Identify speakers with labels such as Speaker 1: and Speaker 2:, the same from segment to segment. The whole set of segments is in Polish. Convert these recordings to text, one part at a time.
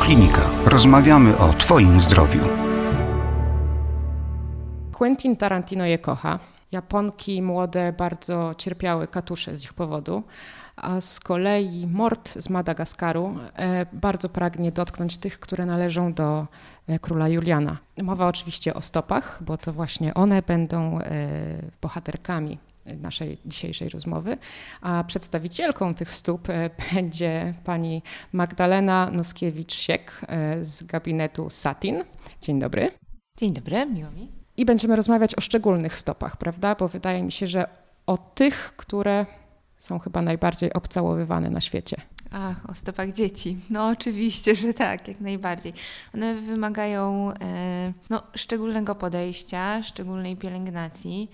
Speaker 1: Klinika. Rozmawiamy o Twoim zdrowiu.
Speaker 2: Quentin Tarantino je kocha. Japonki młode bardzo cierpiały katusze z ich powodu, a z kolei Mort z Madagaskaru bardzo pragnie dotknąć tych, które należą do króla Juliana. Mowa oczywiście o stopach, bo to właśnie one będą bohaterkami naszej dzisiejszej rozmowy, a przedstawicielką tych stóp będzie pani Magdalena Noskiewicz-Siek z gabinetu Satin. Dzień dobry.
Speaker 3: Dzień dobry, miło mi.
Speaker 2: I będziemy rozmawiać o szczególnych stopach, prawda? Bo wydaje mi się, że o tych, które są chyba najbardziej obcałowywane na świecie.
Speaker 3: Ach, o stopach dzieci. No oczywiście, że tak, jak najbardziej. One wymagają szczególnego podejścia, szczególnej pielęgnacji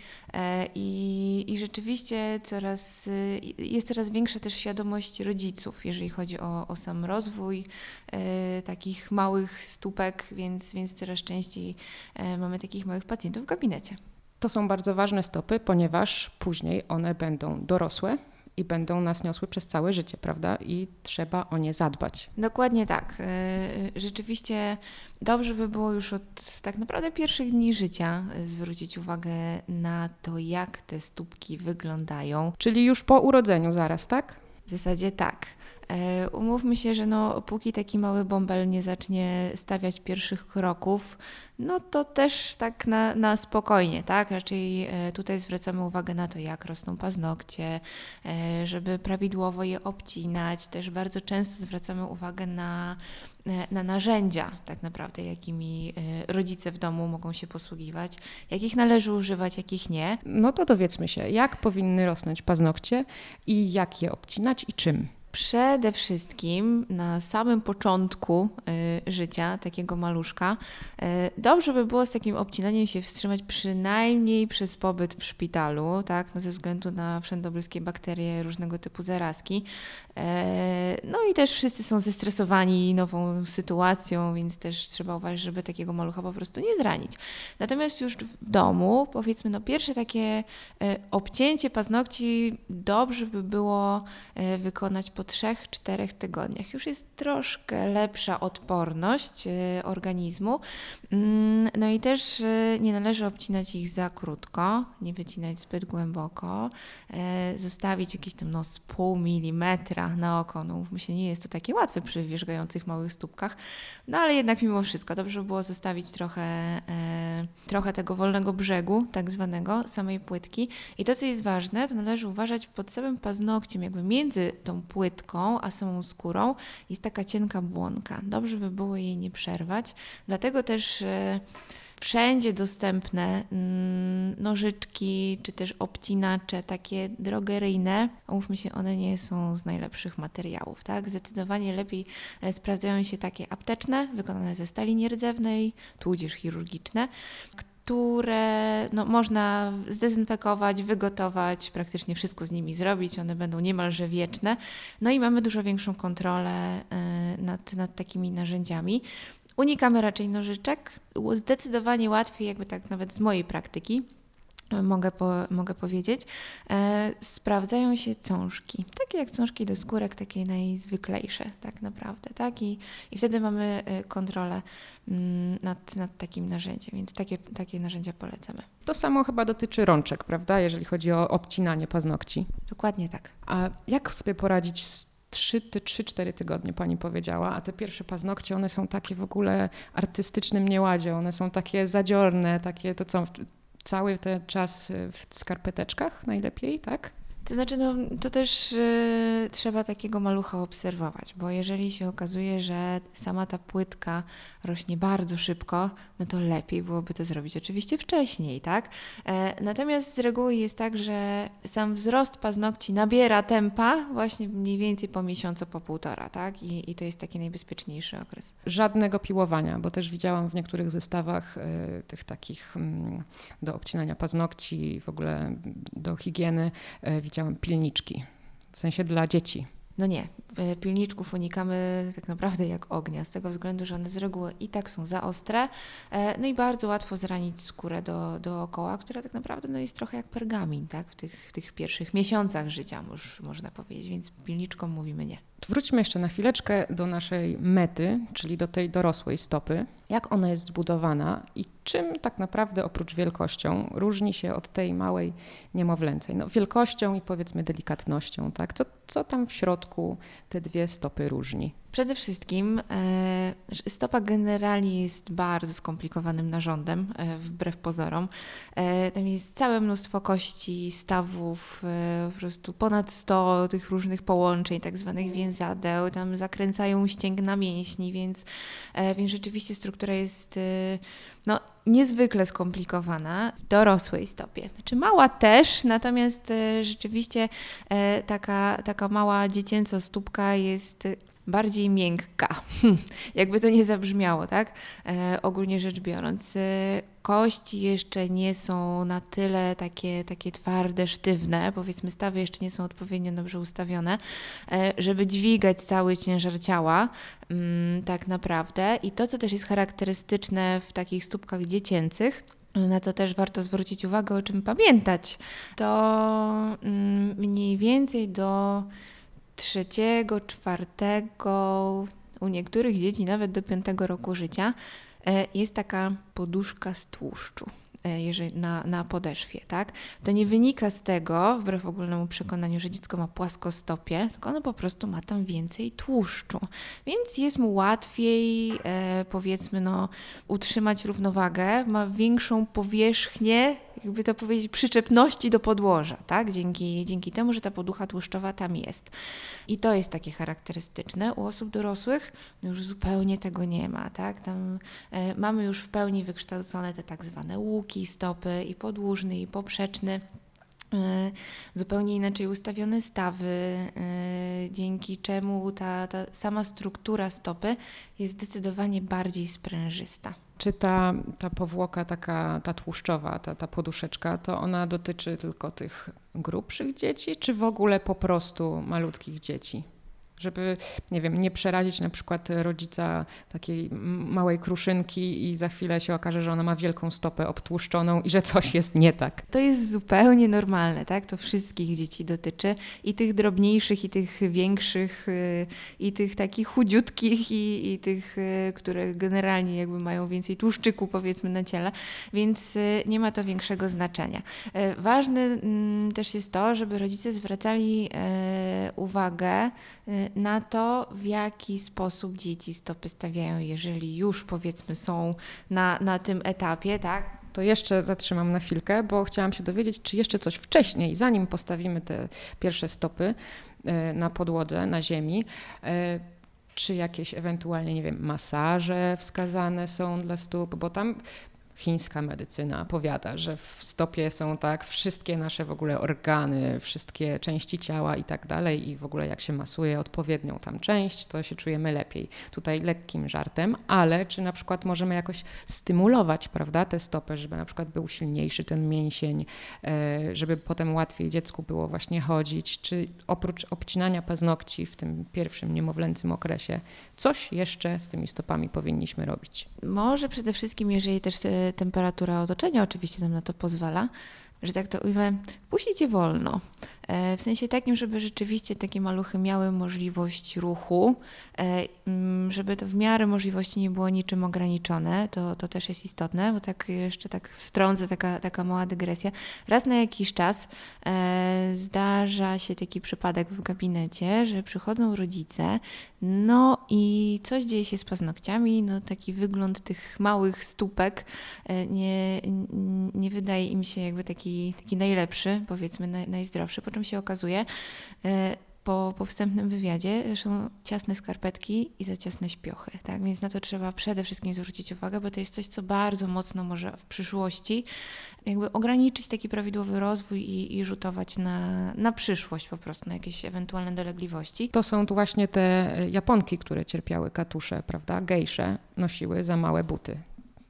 Speaker 3: i rzeczywiście jest coraz większa też świadomość rodziców, jeżeli chodzi o sam rozwój takich małych stópek, więc coraz częściej mamy takich małych pacjentów w gabinecie.
Speaker 2: To są bardzo ważne stopy, ponieważ później one będą dorosłe i będą nas niosły przez całe życie, prawda? I trzeba o nie zadbać.
Speaker 3: Dokładnie tak. Rzeczywiście dobrze by było już od tak naprawdę pierwszych dni życia zwrócić uwagę na to, jak te stópki wyglądają.
Speaker 2: Czyli już po urodzeniu zaraz, tak?
Speaker 3: W zasadzie tak. Umówmy się, że póki taki mały bąbel nie zacznie stawiać pierwszych kroków, no to też tak na spokojnie, tak? Raczej tutaj zwracamy uwagę na to, jak rosną paznokcie, żeby prawidłowo je obcinać. Też bardzo często zwracamy uwagę na narzędzia tak naprawdę, jakimi rodzice w domu mogą się posługiwać, jakich należy używać, jakich nie.
Speaker 2: No to dowiedzmy się, jak powinny rosnąć paznokcie i jak je obcinać i czym?
Speaker 3: Przede wszystkim na samym początku życia takiego maluszka dobrze by było z takim obcinaniem się wstrzymać przynajmniej przez pobyt w szpitalu, tak, no ze względu na wszędobylskie bakterie, różnego typu zarazki. No i też wszyscy są zestresowani nową sytuacją, więc też trzeba uważać, żeby takiego malucha po prostu nie zranić. Natomiast już w domu, powiedzmy, pierwsze takie obcięcie paznokci dobrze by było wykonać po 3-4 tygodniach. Już jest troszkę lepsza odporność organizmu. No i też nie należy obcinać ich za krótko, nie wycinać zbyt głęboko, zostawić jakieś tam z pół milimetra na oko. No mówmy się, nie jest to takie łatwe przy wierzgających małych stópkach, no ale jednak mimo wszystko dobrze było zostawić trochę tego wolnego brzegu, tak zwanego, samej płytki. I to, co jest ważne, to należy uważać pod samym paznokciem, jakby między tą płytką a samą skórą jest taka cienka błonka. Dobrze by było jej nie przerwać, dlatego też wszędzie dostępne nożyczki czy też obcinacze takie drogeryjne, umówmy się, one nie są z najlepszych materiałów, tak? Zdecydowanie lepiej sprawdzają się takie apteczne, wykonane ze stali nierdzewnej, tudzież chirurgiczne, które można zdezynfekować, wygotować, praktycznie wszystko z nimi zrobić, one będą niemalże wieczne. No i mamy dużo większą kontrolę nad takimi narzędziami. Unikamy raczej nożyczek. Zdecydowanie łatwiej, jakby tak nawet z mojej praktyki, mogę powiedzieć, sprawdzają się cążki. Takie jak cążki do skórek, takie najzwyklejsze tak naprawdę. Tak? I wtedy mamy kontrolę nad takim narzędziem, więc takie narzędzia polecamy.
Speaker 2: To samo chyba dotyczy rączek, prawda, jeżeli chodzi o obcinanie paznokci.
Speaker 3: Dokładnie tak.
Speaker 2: A jak sobie poradzić z 3-4 tygodnie, pani powiedziała, a te pierwsze paznokcie, one są takie w ogóle artystycznym nieładzie, one są takie zadziorne, takie to co, cały ten czas w skarpeteczkach najlepiej, tak?
Speaker 3: To znaczy, to też trzeba takiego malucha obserwować, bo jeżeli się okazuje, że sama ta płytka rośnie bardzo szybko, no to lepiej byłoby to zrobić oczywiście wcześniej, tak? Natomiast z reguły jest tak, że sam wzrost paznokci nabiera tempa właśnie mniej więcej po miesiącu, po półtora, tak? I to jest taki najbezpieczniejszy okres.
Speaker 2: Żadnego piłowania, bo też widziałam w niektórych zestawach tych takich do obcinania paznokci, w ogóle do higieny, widziałam pilniczki, w sensie dla dzieci.
Speaker 3: No nie, pilniczków unikamy tak naprawdę jak ognia, z tego względu, że one z reguły i tak są za ostre, no i bardzo łatwo zranić skórę dookoła, która tak naprawdę no, jest trochę jak pergamin, tak? W tych pierwszych miesiącach życia, można powiedzieć, więc pilniczkom mówimy nie.
Speaker 2: Wróćmy jeszcze na chwileczkę do naszej mety, czyli do tej dorosłej stopy. Jak ona jest zbudowana i czym tak naprawdę oprócz wielkością różni się od tej małej niemowlęcej? No, wielkością i powiedzmy delikatnością, tak? Co tam w środku te dwie stopy różni?
Speaker 3: Przede wszystkim stopa generalnie jest bardzo skomplikowanym narządem, wbrew pozorom. Tam jest całe mnóstwo kości, stawów, po prostu ponad 100 tych różnych połączeń, tak zwanych więzadeł. Tam zakręcają ścięgna mięśni, więc rzeczywiście struktura jest no, niezwykle skomplikowana w dorosłej stopie. Znaczy mała też, natomiast rzeczywiście taka mała dziecięca stópka jest bardziej miękka, jakby to nie zabrzmiało, tak? Ogólnie rzecz biorąc. Kości jeszcze nie są na tyle takie twarde, sztywne, powiedzmy stawy jeszcze nie są odpowiednio dobrze ustawione, żeby dźwigać cały ciężar ciała tak naprawdę. I to, co też jest charakterystyczne w takich stópkach dziecięcych, na co też warto zwrócić uwagę, o czym pamiętać, to mniej więcej do 3., 4., u niektórych dzieci nawet do 5. roku życia jest taka poduszka z tłuszczu na podeszwie, tak? To nie wynika z tego, wbrew ogólnemu przekonaniu, że dziecko ma płaskostopie, tylko ono po prostu ma tam więcej tłuszczu, więc jest mu łatwiej, powiedzmy, utrzymać równowagę, ma większą powierzchnię, jakby to powiedzieć, przyczepności do podłoża, tak? Dzięki temu, że ta poducha tłuszczowa tam jest. I to jest takie charakterystyczne. U osób dorosłych już zupełnie tego nie ma, tak? Tam mamy już w pełni wykształcone te tak zwane łuki stopy, i podłużny, i poprzeczny. Zupełnie inaczej ustawione stawy, dzięki czemu ta sama struktura stopy jest zdecydowanie bardziej sprężysta.
Speaker 2: Czy ta powłoka ta tłuszczowa, ta poduszeczka, to ona dotyczy tylko tych grubszych dzieci, czy w ogóle po prostu malutkich dzieci? Żeby, nie wiem, nie przerazić na przykład rodzica takiej małej kruszynki i za chwilę się okaże, że ona ma wielką stopę obtłuszczoną i że coś jest nie tak.
Speaker 3: To jest zupełnie normalne, tak? To wszystkich dzieci dotyczy, i tych drobniejszych, i tych większych, i tych takich chudziutkich, i tych, które generalnie jakby mają więcej tłuszczyku, powiedzmy, na ciele, więc nie ma to większego znaczenia. Ważne też jest to, żeby rodzice zwracali uwagę na to, w jaki sposób dzieci stopy stawiają, jeżeli już, powiedzmy, są na tym etapie, tak?
Speaker 2: To jeszcze zatrzymam na chwilkę, bo chciałam się dowiedzieć, czy jeszcze coś wcześniej, zanim postawimy te pierwsze stopy na podłodze, na ziemi, czy jakieś ewentualnie, nie wiem, masaże wskazane są dla stóp, bo tam chińska medycyna powiada, że w stopie są tak wszystkie nasze w ogóle organy, wszystkie części ciała i tak dalej, i w ogóle jak się masuje odpowiednią tam część, to się czujemy lepiej. Tutaj lekkim żartem, ale czy na przykład możemy jakoś stymulować, prawda, tę stopę, żeby na przykład był silniejszy ten mięsień, żeby potem łatwiej dziecku było właśnie chodzić, czy oprócz obcinania paznokci w tym pierwszym niemowlęcym okresie, coś jeszcze z tymi stopami powinniśmy robić?
Speaker 3: Może przede wszystkim, jeżeli też temperatura otoczenia oczywiście nam na to pozwala, że tak to ujmę, puścić je wolno. W sensie takim, żeby rzeczywiście takie maluchy miały możliwość ruchu, żeby to w miarę możliwości nie było niczym ograniczone, to też jest istotne, bo tak jeszcze tak wtrącę taka mała dygresja. Raz na jakiś czas zdarza się taki przypadek w gabinecie, że przychodzą rodzice, no i coś dzieje się z paznokciami, no taki wygląd tych małych stópek nie wydaje im się jakby taki najlepszy, powiedzmy najzdrowszy, po czym się okazuje po wstępnym wywiadzie, że są ciasne skarpetki i za ciasne śpiochy, tak? Więc na to trzeba przede wszystkim zwrócić uwagę, bo to jest coś, co bardzo mocno może w przyszłości jakby ograniczyć taki prawidłowy rozwój i rzutować na przyszłość po prostu, na jakieś ewentualne dolegliwości.
Speaker 2: To są tu właśnie te Japonki, które cierpiały katusze, prawda? Gejsze nosiły za małe buty.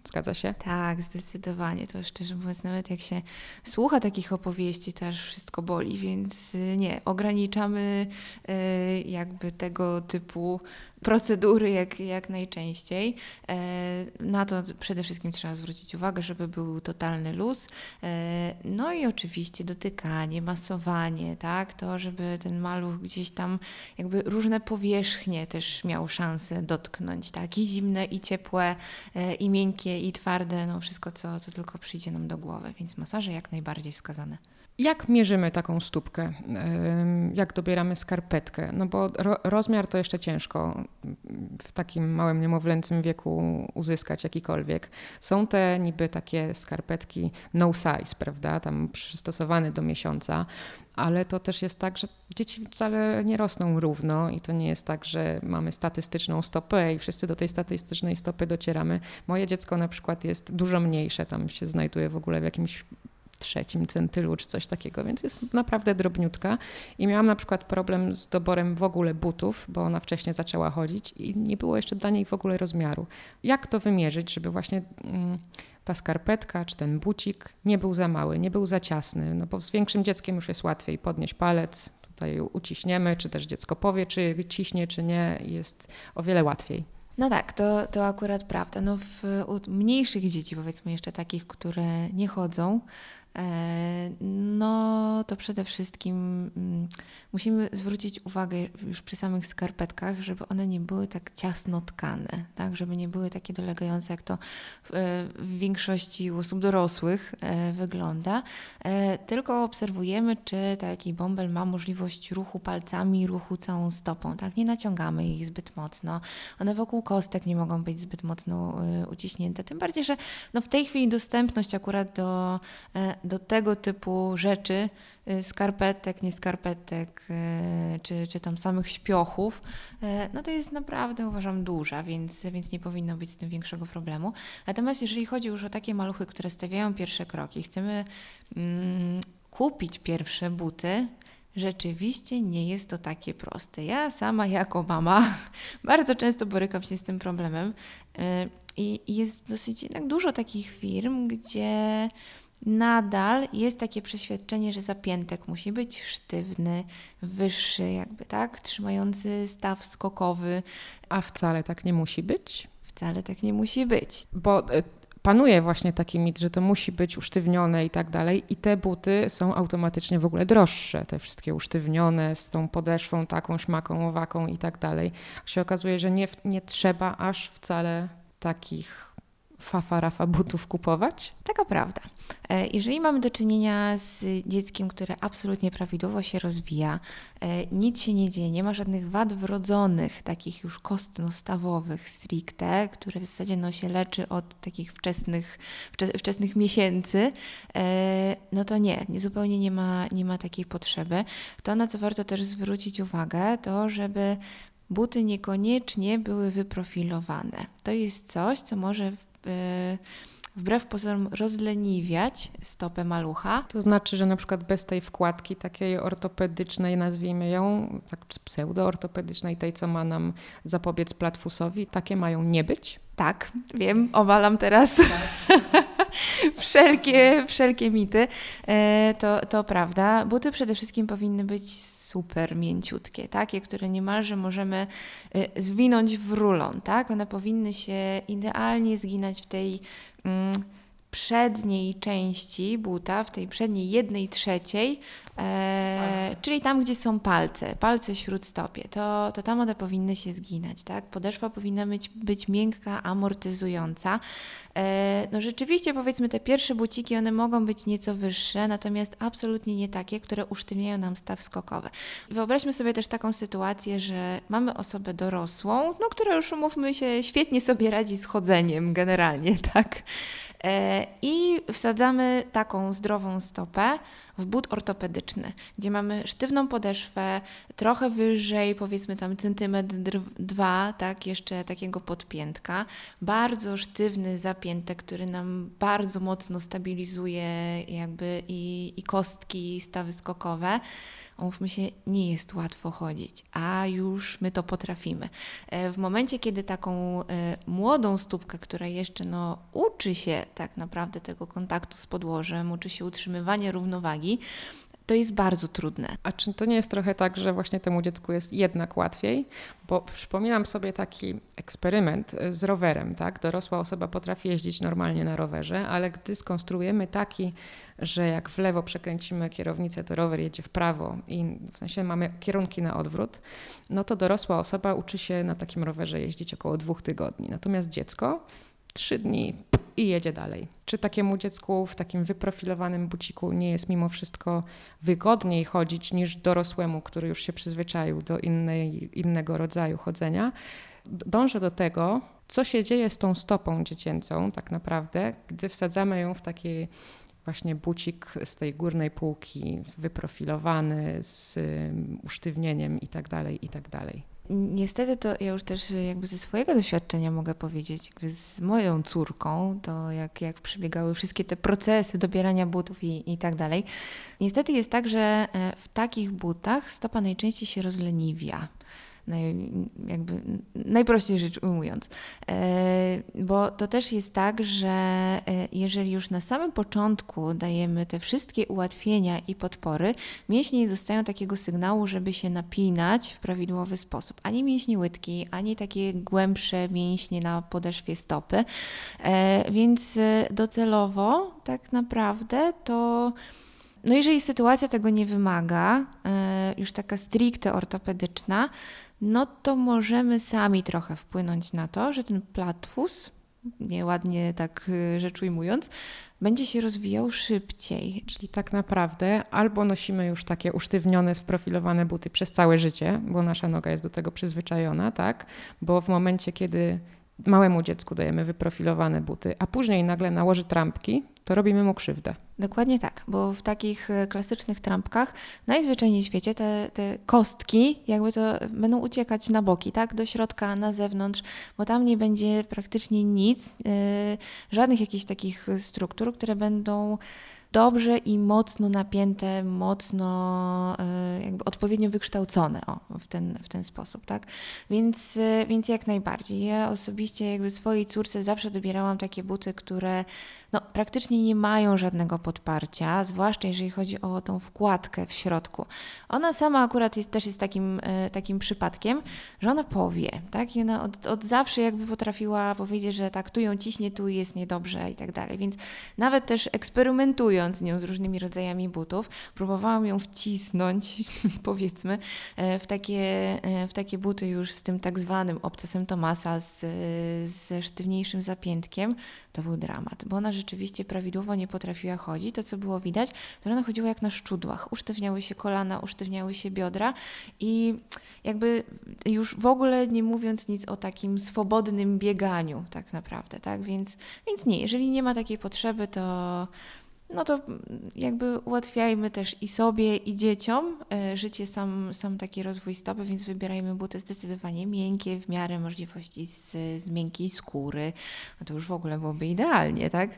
Speaker 2: Zgadza się?
Speaker 3: Tak, zdecydowanie. To szczerze mówiąc, nawet jak się słucha takich opowieści, to aż wszystko boli, więc nie, ograniczamy jakby tego typu procedury jak najczęściej. Na to przede wszystkim trzeba zwrócić uwagę, żeby był totalny luz. No i oczywiście dotykanie, masowanie, tak, to żeby ten maluch gdzieś tam jakby różne powierzchnie też miał szansę dotknąć, tak, i zimne, i ciepłe, i miękkie, i twarde, no wszystko, co tylko przyjdzie nam do głowy, więc masaże jak najbardziej wskazane.
Speaker 2: Jak mierzymy taką stópkę? Jak dobieramy skarpetkę? No bo rozmiar to jeszcze ciężko w takim małym, niemowlęcym wieku uzyskać jakikolwiek. Są te niby takie skarpetki no size, prawda? Tam przystosowane do miesiąca, ale to też jest tak, że dzieci wcale nie rosną równo i to nie jest tak, że mamy statystyczną stopę i wszyscy do tej statystycznej stopy docieramy. Moje dziecko na przykład jest dużo mniejsze, tam się znajduje w ogóle w jakimś 3 centylu czy coś takiego, więc jest naprawdę drobniutka i miałam na przykład problem z doborem w ogóle butów, bo ona wcześniej zaczęła chodzić i nie było jeszcze dla niej w ogóle rozmiaru. Jak to wymierzyć, żeby właśnie ta skarpetka czy ten bucik nie był za mały, nie był za ciasny, no bo z większym dzieckiem już jest łatwiej podnieść palec, tutaj uciśniemy, czy też dziecko powie, czy ciśnie, czy nie, jest o wiele łatwiej.
Speaker 3: No tak, to akurat prawda. No u mniejszych dzieci, powiedzmy jeszcze takich, które nie chodzą, no to przede wszystkim musimy zwrócić uwagę już przy samych skarpetkach, żeby one nie były tak ciasno tkane, tak, żeby nie były takie dolegające, jak to w większości osób dorosłych wygląda, tylko obserwujemy, czy taki bąbel ma możliwość ruchu palcami, ruchu całą stopą, tak, nie naciągamy ich zbyt mocno, one wokół kostek nie mogą być zbyt mocno uciśnięte, tym bardziej, że no w tej chwili dostępność akurat do tego typu rzeczy, skarpetek, nie skarpetek, czy tam samych śpiochów, no to jest naprawdę, uważam, duża, więc nie powinno być z tym większego problemu. Natomiast jeżeli chodzi już o takie maluchy, które stawiają pierwsze kroki, chcemy kupić pierwsze buty, rzeczywiście nie jest to takie proste. Ja sama jako mama bardzo często borykam się z tym problemem i jest dosyć jednak dużo takich firm, gdzie nadal jest takie przeświadczenie, że zapiętek musi być sztywny, wyższy jakby, tak, trzymający staw skokowy.
Speaker 2: A wcale tak nie musi być?
Speaker 3: Wcale tak nie musi być.
Speaker 2: Bo panuje właśnie taki mit, że to musi być usztywnione i tak dalej i te buty są automatycznie w ogóle droższe, te wszystkie usztywnione z tą podeszwą taką śmaką, owaką i tak dalej. Się okazuje, że nie trzeba aż wcale takich fafa-rafa butów kupować?
Speaker 3: Taka prawda. Jeżeli mamy do czynienia z dzieckiem, które absolutnie prawidłowo się rozwija, nic się nie dzieje, nie ma żadnych wad wrodzonych, takich już kostno-stawowych stricte, które w zasadzie się leczy od takich wczesnych miesięcy, no to zupełnie nie ma takiej potrzeby. To, na co warto też zwrócić uwagę, to żeby buty niekoniecznie były wyprofilowane. To jest coś, co może wbrew pozorom rozleniwiać stopę malucha.
Speaker 2: To znaczy, że na przykład bez tej wkładki takiej ortopedycznej, nazwijmy ją, tak pseudo-ortopedycznej, tej, co ma nam zapobiec platfusowi, takie mają nie być?
Speaker 3: Tak, wiem, owalam teraz wszelkie mity. To prawda. Buty przede wszystkim powinny być super mięciutkie, takie, które niemalże możemy zwinąć w rulon, tak? One powinny się idealnie zginać w tej przedniej części buta, w tej przedniej 1/3, czyli tam, gdzie są palce śródstopie, to tam one powinny się zginać, tak? Podeszwa powinna być miękka, amortyzująca. No rzeczywiście, powiedzmy, te pierwsze buciki, one mogą być nieco wyższe, natomiast absolutnie nie takie, które usztywniają nam staw skokowy. Wyobraźmy sobie też taką sytuację, że mamy osobę dorosłą, no, która już, umówmy się, świetnie sobie radzi z chodzeniem generalnie, tak? I wsadzamy taką zdrową stopę w but ortopedyczny, gdzie mamy sztywną podeszwę, trochę wyżej, powiedzmy tam 1-2 cm, tak, jeszcze takiego podpiętka, bardzo sztywny zapiętek, który nam bardzo mocno stabilizuje jakby i kostki, i stawy skokowe. umówmy się, nie jest łatwo chodzić, a już my to potrafimy. W momencie, kiedy taką młodą stópkę, która jeszcze uczy się tak naprawdę tego kontaktu z podłożem, uczy się utrzymywania równowagi, to jest bardzo trudne.
Speaker 2: A czy to nie jest trochę tak, że właśnie temu dziecku jest jednak łatwiej? Bo przypominam sobie taki eksperyment z rowerem, tak? Dorosła osoba potrafi jeździć normalnie na rowerze, ale gdy skonstruujemy taki, że jak w lewo przekręcimy kierownicę, to rower jedzie w prawo i w sensie mamy kierunki na odwrót, no to dorosła osoba uczy się na takim rowerze jeździć około 2 tygodni. Natomiast dziecko 3 dni i jedzie dalej. Czy takiemu dziecku w takim wyprofilowanym buciku nie jest mimo wszystko wygodniej chodzić niż dorosłemu, który już się przyzwyczaił do innego rodzaju chodzenia? Dążę do tego, co się dzieje z tą stopą dziecięcą tak naprawdę, gdy wsadzamy ją w taki właśnie bucik z tej górnej półki, wyprofilowany, z usztywnieniem i tak dalej, i tak dalej.
Speaker 3: Niestety to ja już też jakby ze swojego doświadczenia mogę powiedzieć, jakby z moją córką, to jak przebiegały wszystkie te procesy dobierania butów i tak dalej. Niestety jest tak, że w takich butach stopa najczęściej się rozleniwia. Jakby najprościej rzecz ujmując. Bo to też jest tak, że jeżeli już na samym początku dajemy te wszystkie ułatwienia i podpory, mięśnie nie dostają takiego sygnału, żeby się napinać w prawidłowy sposób. Ani mięśnie łydki, ani takie głębsze mięśnie na podeszwie stopy. Więc docelowo tak naprawdę to jeżeli sytuacja tego nie wymaga, już taka stricte ortopedyczna, no to możemy sami trochę wpłynąć na to, że ten platfus, nieładnie tak rzecz ujmując, będzie się rozwijał szybciej.
Speaker 2: Czyli tak naprawdę albo nosimy już takie usztywnione, sprofilowane buty przez całe życie, bo nasza noga jest do tego przyzwyczajona, tak? Bo w momencie, kiedy małemu dziecku dajemy wyprofilowane buty, a później nagle nałoży trampki, to robimy mu krzywdę.
Speaker 3: Dokładnie tak, bo w takich klasycznych trampkach najzwyczajniej w świecie te kostki jakby to będą uciekać na boki, tak, do środka, na zewnątrz, bo tam nie będzie praktycznie nic, żadnych jakichś takich struktur, które będą dobrze i mocno napięte, mocno jakby odpowiednio wykształcone w ten sposób, tak? Więc jak najbardziej. Ja osobiście jakby swojej córce zawsze dobierałam takie buty, które praktycznie nie mają żadnego podparcia, zwłaszcza jeżeli chodzi o tą wkładkę w środku. Ona sama akurat też jest takim przypadkiem, że ona powie, tak? I ona od zawsze jakby potrafiła powiedzieć, że tak, tu ją ciśnie, tu jest niedobrze i tak dalej. Więc nawet też eksperymentując z nią z różnymi rodzajami butów, próbowałam ją wcisnąć, powiedzmy, w takie buty już z tym tak zwanym obcasem Thomasa, ze sztywniejszym zapiętkiem. To był dramat, bo ona rzeczywiście prawidłowo nie potrafiła chodzić. To, co było widać, to ona chodziła jak na szczudłach. Usztywniały się kolana, usztywniały się biodra i jakby już w ogóle nie mówiąc nic o takim swobodnym bieganiu tak naprawdę, tak? Więc nie, jeżeli nie ma takiej potrzeby, to jakby ułatwiajmy też i sobie, i dzieciom życie, sam taki rozwój stopy, więc wybierajmy buty zdecydowanie miękkie, w miarę możliwości z miękkiej skóry. No to już w ogóle byłoby idealnie, tak?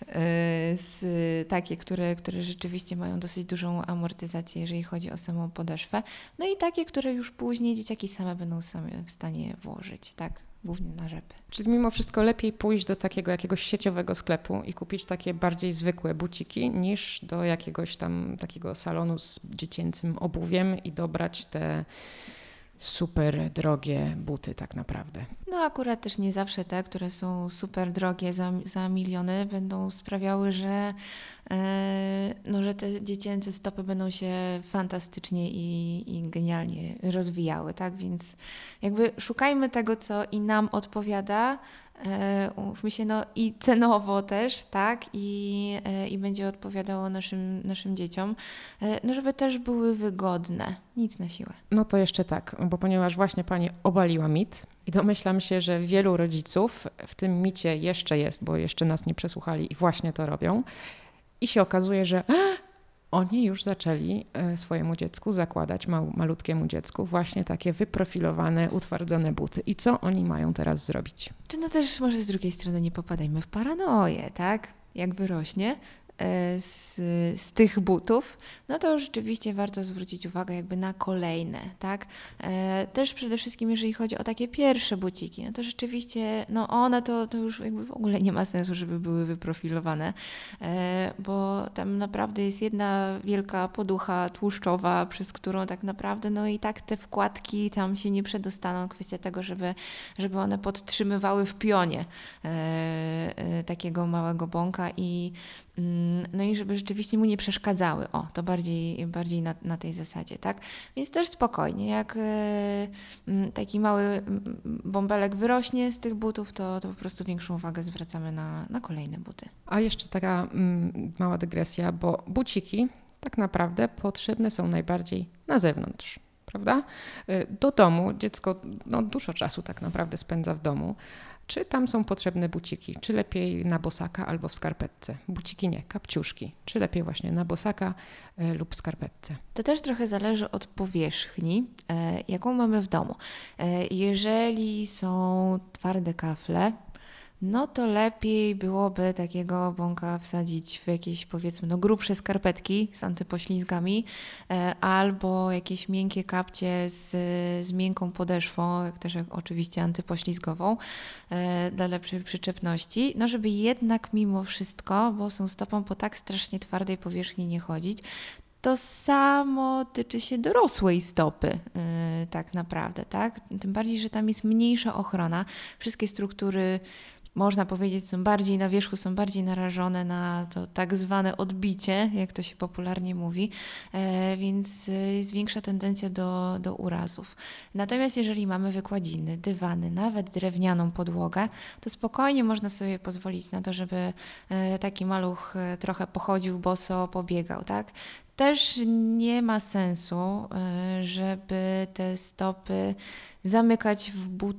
Speaker 3: Takie, które rzeczywiście mają dosyć dużą amortyzację, jeżeli chodzi o samą podeszwę. No i takie, które już później dzieciaki same będą w stanie włożyć, tak? Głównie na rzepy.
Speaker 2: Czyli mimo wszystko lepiej pójść do takiego jakiegoś sieciowego sklepu i kupić takie bardziej zwykłe buciki, niż do jakiegoś tam takiego salonu z dziecięcym obuwiem i dobrać te super drogie buty tak naprawdę.
Speaker 3: No akurat też nie zawsze te, które są super drogie za miliony, będą sprawiały, że te dziecięce stopy będą się fantastycznie i genialnie rozwijały, tak? Więc jakby szukajmy tego, co i nam odpowiada, umówmy się, i cenowo też, tak? I będzie odpowiadało naszym dzieciom, żeby też były wygodne, nic na siłę.
Speaker 2: No to jeszcze tak, bo ponieważ właśnie Pani obaliła mit i domyślam się, że wielu rodziców w tym micie jeszcze jest, bo jeszcze nas nie przesłuchali i właśnie to robią i się okazuje, że oni już zaczęli swojemu dziecku zakładać, malutkiemu dziecku właśnie takie wyprofilowane, utwardzone buty. I co oni mają teraz zrobić?
Speaker 3: Czy też może z drugiej strony nie popadajmy w paranoję, tak? Jak wyrośnie, z tych butów, no to rzeczywiście warto zwrócić uwagę jakby na kolejne, tak? Też przede wszystkim, jeżeli chodzi o takie pierwsze buciki, no to rzeczywiście, no one to już jakby w ogóle nie ma sensu, żeby były wyprofilowane, bo tam naprawdę jest jedna wielka poducha tłuszczowa, przez którą tak naprawdę, no i tak te wkładki tam się nie przedostaną. Kwestia tego, żeby one podtrzymywały w pionie takiego małego bąka no i żeby rzeczywiście mu nie przeszkadzały. O, to bardziej na tej zasadzie, tak? Więc też spokojnie, jak taki mały bąbelek wyrośnie z tych butów, to po prostu większą uwagę zwracamy na kolejne buty.
Speaker 2: A jeszcze taka mała dygresja, bo buciki tak naprawdę potrzebne są najbardziej na zewnątrz. Prawda? Do domu dziecko dużo czasu tak naprawdę spędza w domu. Czy tam są potrzebne buciki? Czy lepiej na bosaka albo w skarpetce? Buciki nie, kapciuszki. Czy lepiej właśnie na bosaka lub w skarpetce?
Speaker 3: To też trochę zależy od powierzchni, jaką mamy w domu. Jeżeli są twarde kafle, no to lepiej byłoby takiego bąka wsadzić w jakieś, powiedzmy, grubsze skarpetki z antypoślizgami albo jakieś miękkie kapcie z miękką podeszwą, jak też oczywiście antypoślizgową dla lepszej przyczepności, no żeby jednak mimo wszystko, bo są stopą po tak strasznie twardej powierzchni nie chodzić. To samo tyczy się dorosłej stopy tak naprawdę, tak? Tym bardziej, że tam jest mniejsza ochrona. Wszystkie struktury, można powiedzieć, są bardziej na wierzchu, są bardziej narażone na to tak zwane odbicie, jak to się popularnie mówi, więc jest większa tendencja do urazów. Natomiast jeżeli mamy wykładziny, dywany, nawet drewnianą podłogę, to spokojnie można sobie pozwolić na to, żeby taki maluch trochę pochodził boso, pobiegał, tak? Też nie ma sensu, żeby te stopy zamykać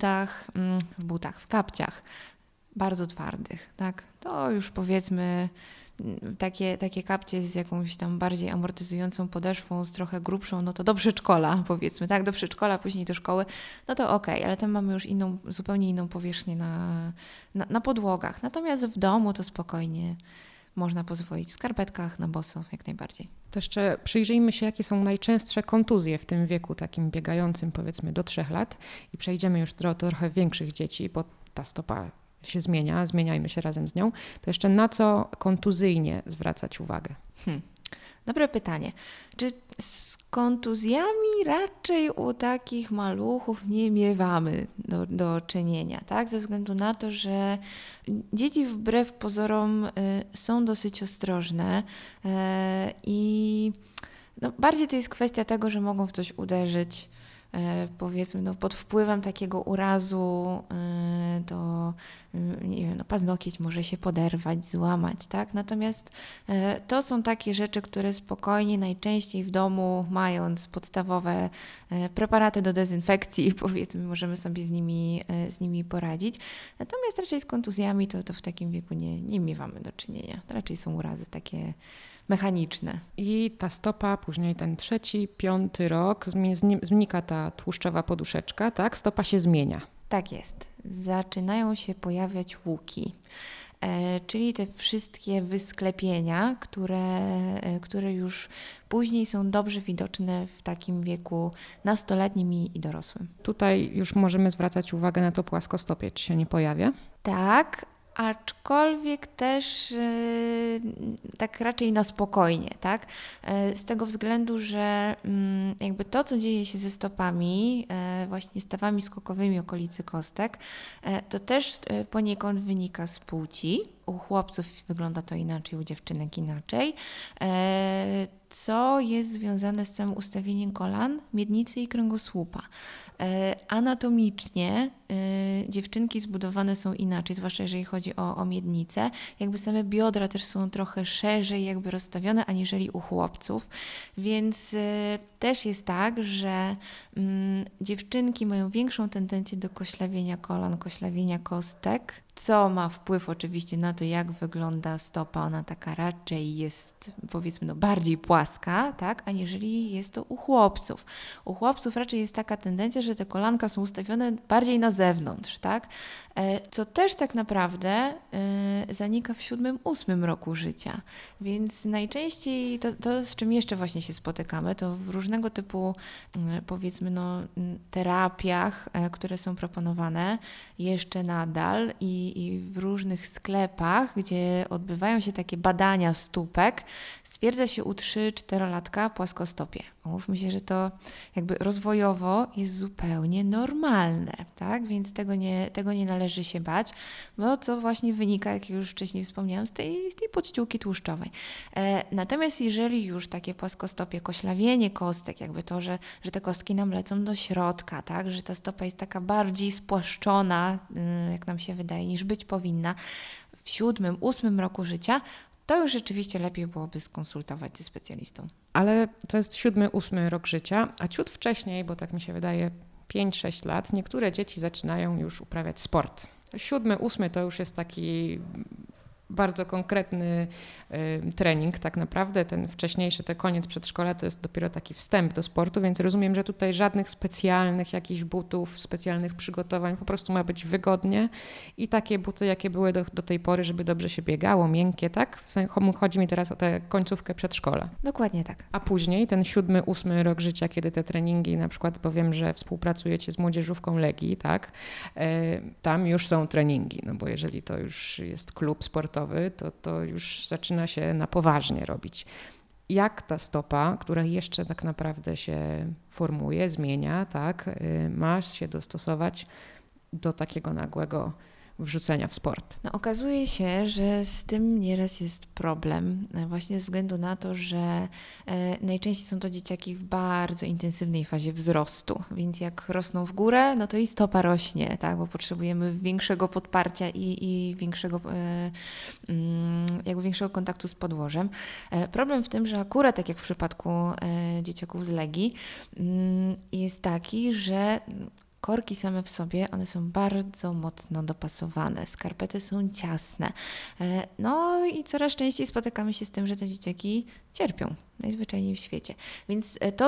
Speaker 3: w kapciach bardzo twardych, tak? To już powiedzmy takie kapcie z jakąś tam bardziej amortyzującą podeszwą, z trochę grubszą, no to do przedszkola powiedzmy, tak? Do przedszkola, później do szkoły, no to okej, ale tam mamy już zupełnie inną powierzchnię na podłogach. Natomiast w domu to spokojnie można pozwolić w skarpetkach, na boso, jak najbardziej.
Speaker 2: To jeszcze przyjrzyjmy się, jakie są najczęstsze kontuzje w tym wieku takim biegającym, powiedzmy do 3 lat i przejdziemy już do trochę większych dzieci, bo ta stopa się zmieniajmy się razem z nią. To jeszcze na co kontuzyjnie zwracać uwagę?
Speaker 3: Dobre pytanie. Czy z kontuzjami raczej u takich maluchów nie miewamy do czynienia, tak? Ze względu na to, że dzieci wbrew pozorom są dosyć ostrożne i bardziej to jest kwestia tego, że mogą w coś uderzyć, powiedzmy, pod wpływem takiego urazu, nie wiem, paznokieć może się poderwać, złamać, tak? Natomiast to są takie rzeczy, które spokojnie, najczęściej w domu, mając podstawowe preparaty do dezynfekcji, powiedzmy, możemy sobie z nimi poradzić. Natomiast raczej z kontuzjami to w takim wieku nie miewamy do czynienia. To raczej są urazy takie mechaniczne.
Speaker 2: I ta stopa, później ten 3., 5. rok, znika ta tłuszczowa poduszeczka, tak? Stopa się zmienia.
Speaker 3: Tak jest. Zaczynają się pojawiać łuki, czyli te wszystkie wysklepienia, które już później są dobrze widoczne w takim wieku nastoletnim i dorosłym.
Speaker 2: Tutaj już możemy zwracać uwagę na to płaskostopie, czy się nie pojawia?
Speaker 3: Tak, aczkolwiek też tak raczej na spokojnie, tak? Z tego względu, że jakby to, co dzieje się ze stopami, właśnie stawami skokowymi okolicy kostek, to też poniekąd wynika z płci. U chłopców wygląda to inaczej, u dziewczynek inaczej. Co jest związane z całym ustawieniem kolan, miednicy i kręgosłupa. Anatomicznie dziewczynki zbudowane są inaczej, zwłaszcza jeżeli chodzi o miednicę. Jakby same biodra też są trochę szerzej jakby rozstawione aniżeli u chłopców, więc też jest tak, że dziewczynki mają większą tendencję do koślawienia kolan, koślawienia kostek, co ma wpływ oczywiście na to, jak wygląda stopa, ona taka raczej jest, powiedzmy, no bardziej płaska, tak, aniżeli jest to u chłopców. U chłopców raczej jest taka tendencja, że te kolanka są ustawione bardziej na zewnątrz, tak, co też tak naprawdę zanika w 7-8 roku życia. Więc najczęściej to, z czym jeszcze właśnie się spotykamy, to w różnego typu, powiedzmy, no, terapiach, które są proponowane jeszcze nadal i w różnych sklepach, gdzie odbywają się takie badania stópek, stwierdza się u 3-4-latka płaskostopie. Mówmy się, że to jakby rozwojowo jest zupełnie normalne, tak? Więc tego nie należy się bać, bo co właśnie wynika, jak już wcześniej wspomniałam, z tej podściółki tłuszczowej. Natomiast jeżeli już takie płaskostopie, koślawienie kostek, jakby to, że te kostki nam lecą do środka, tak? Że ta stopa jest taka bardziej spłaszczona, jak nam się wydaje, niż być powinna w 7-8 roku życia, to już rzeczywiście lepiej byłoby skonsultować ze specjalistą.
Speaker 2: Ale to jest 7-8 rok życia, a ciut wcześniej, bo tak mi się wydaje 5-6 lat, niektóre dzieci zaczynają już uprawiać sport. 7-8 to już jest taki bardzo konkretny trening tak naprawdę. Ten wcześniejszy, ten koniec przedszkola to jest dopiero taki wstęp do sportu, więc rozumiem, że tutaj żadnych specjalnych jakichś butów, specjalnych przygotowań, po prostu ma być wygodnie i takie buty, jakie były do tej pory, żeby dobrze się biegało, miękkie, tak? Chodzi mi teraz o tę końcówkę przedszkola.
Speaker 3: Dokładnie tak.
Speaker 2: A później ten 7-8 rok życia, kiedy te treningi, na przykład, bo wiem, że współpracujecie z młodzieżówką Legii, tak? Tam już są treningi, no bo jeżeli to już jest klub sportowy, to już zaczyna się na poważnie robić. Jak ta stopa, która jeszcze tak naprawdę się formuje, zmienia, tak, ma się dostosować do takiego nagłego wrzucenia w sport?
Speaker 3: No, okazuje się, że z tym nieraz jest problem, właśnie ze względu na to, że najczęściej są to dzieciaki w bardzo intensywnej fazie wzrostu, więc jak rosną w górę, no to i stopa rośnie, tak, bo potrzebujemy większego podparcia i większego kontaktu z podłożem. Problem w tym, że akurat tak jak w przypadku dzieciaków z Legii jest taki, że korki same w sobie, one są bardzo mocno dopasowane, skarpety są ciasne. No i coraz częściej spotykamy się z tym, że te dzieciaki cierpią najzwyczajniej w świecie. Więc to,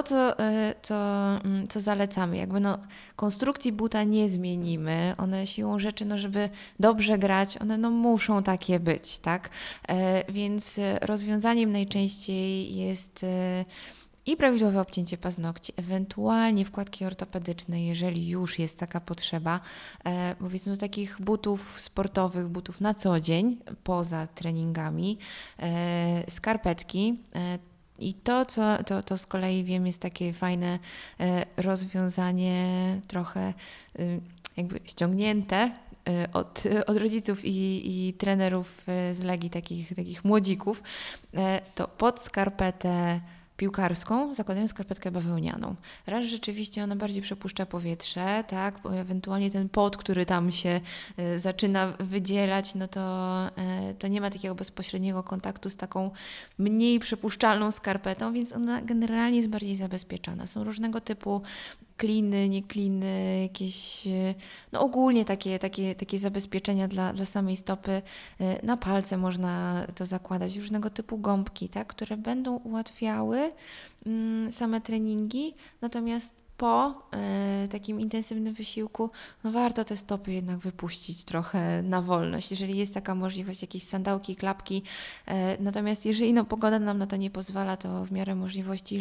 Speaker 3: co zalecamy, jakby no, konstrukcji buta nie zmienimy, one siłą rzeczy, no, żeby dobrze grać, one no, muszą takie być, tak? Więc rozwiązaniem najczęściej jest i prawidłowe obcięcie paznokci, ewentualnie wkładki ortopedyczne, jeżeli już jest taka potrzeba, powiedzmy do takich butów sportowych, butów na co dzień, poza treningami, skarpetki. I to z kolei wiem jest takie fajne rozwiązanie, trochę jakby ściągnięte od rodziców i trenerów z Legii, takich młodzików, to pod skarpetę piłkarską zakładają skarpetkę bawełnianą. Raz rzeczywiście ona bardziej przepuszcza powietrze, tak, bo ewentualnie ten pot, który tam się zaczyna wydzielać, no to nie ma takiego bezpośredniego kontaktu z taką mniej przepuszczalną skarpetą, więc ona generalnie jest bardziej zabezpieczona. Są różnego typu kliny, nie kliny, jakieś, no ogólnie takie zabezpieczenia dla samej stopy. Na palce można to zakładać, różnego typu gąbki, tak, które będą ułatwiały same treningi, natomiast po takim intensywnym wysiłku, no warto te stopy jednak wypuścić trochę na wolność, jeżeli jest taka możliwość, jakieś sandałki, klapki, natomiast jeżeli no, pogoda nam na to nie pozwala, to w miarę możliwości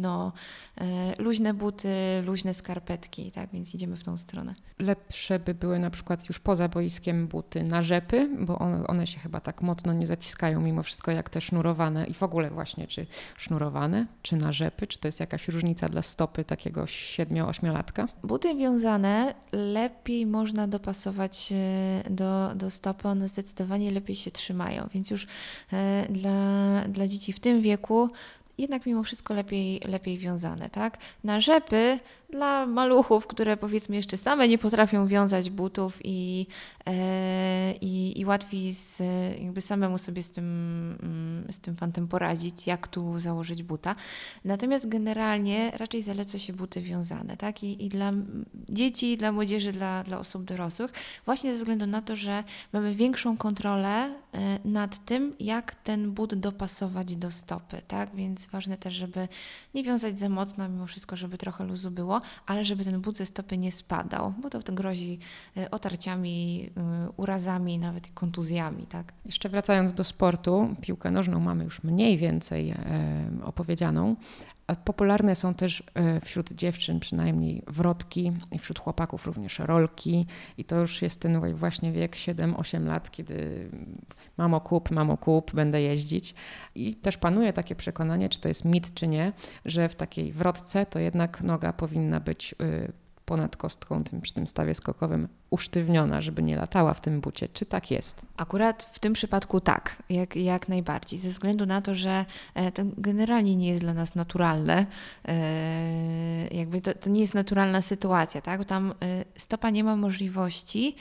Speaker 3: luźne buty, luźne skarpetki, tak, więc idziemy w tą stronę.
Speaker 2: Lepsze by były na przykład już poza boiskiem buty na rzepy, bo one się chyba tak mocno nie zaciskają mimo wszystko jak te sznurowane i w ogóle właśnie czy sznurowane, czy na rzepy, czy to jest jakaś różnica dla stopy takiego 7-8-latka? Buty
Speaker 3: wiązane lepiej można dopasować do stopy, one zdecydowanie lepiej się trzymają, więc już dla dzieci w tym wieku jednak mimo wszystko lepiej wiązane, tak? Na rzepy dla maluchów, które powiedzmy jeszcze same nie potrafią wiązać butów i łatwiej jakby samemu sobie z tym fantem poradzić, jak tu założyć buta. Natomiast generalnie raczej zaleca się buty wiązane, tak? I dla dzieci, dla młodzieży, dla osób dorosłych, właśnie ze względu na to, że mamy większą kontrolę nad tym, jak ten but dopasować do stopy, tak? Więc ważne też, żeby nie wiązać za mocno, mimo wszystko, żeby trochę luzu było, ale żeby ten but ze stopy nie spadał, bo to grozi otarciami, urazami, nawet kontuzjami, tak?
Speaker 2: Jeszcze wracając do sportu, piłkę nożną mamy już mniej więcej opowiedzianą. A popularne są też wśród dziewczyn przynajmniej wrotki i wśród chłopaków również rolki i to już jest ten właśnie wiek 7-8 lat, kiedy mamo kup, będę jeździć. I też panuje takie przekonanie, czy to jest mit, czy nie, że w takiej wrotce to jednak noga powinna być ponad kostką przy tym stawie skokowym usztywniona, żeby nie latała w tym bucie. Czy tak jest?
Speaker 3: Akurat w tym przypadku tak, jak najbardziej. Ze względu na to, że to generalnie nie jest dla nas naturalne. Jakby to nie jest naturalna sytuacja, tak? Bo tam stopa nie ma możliwości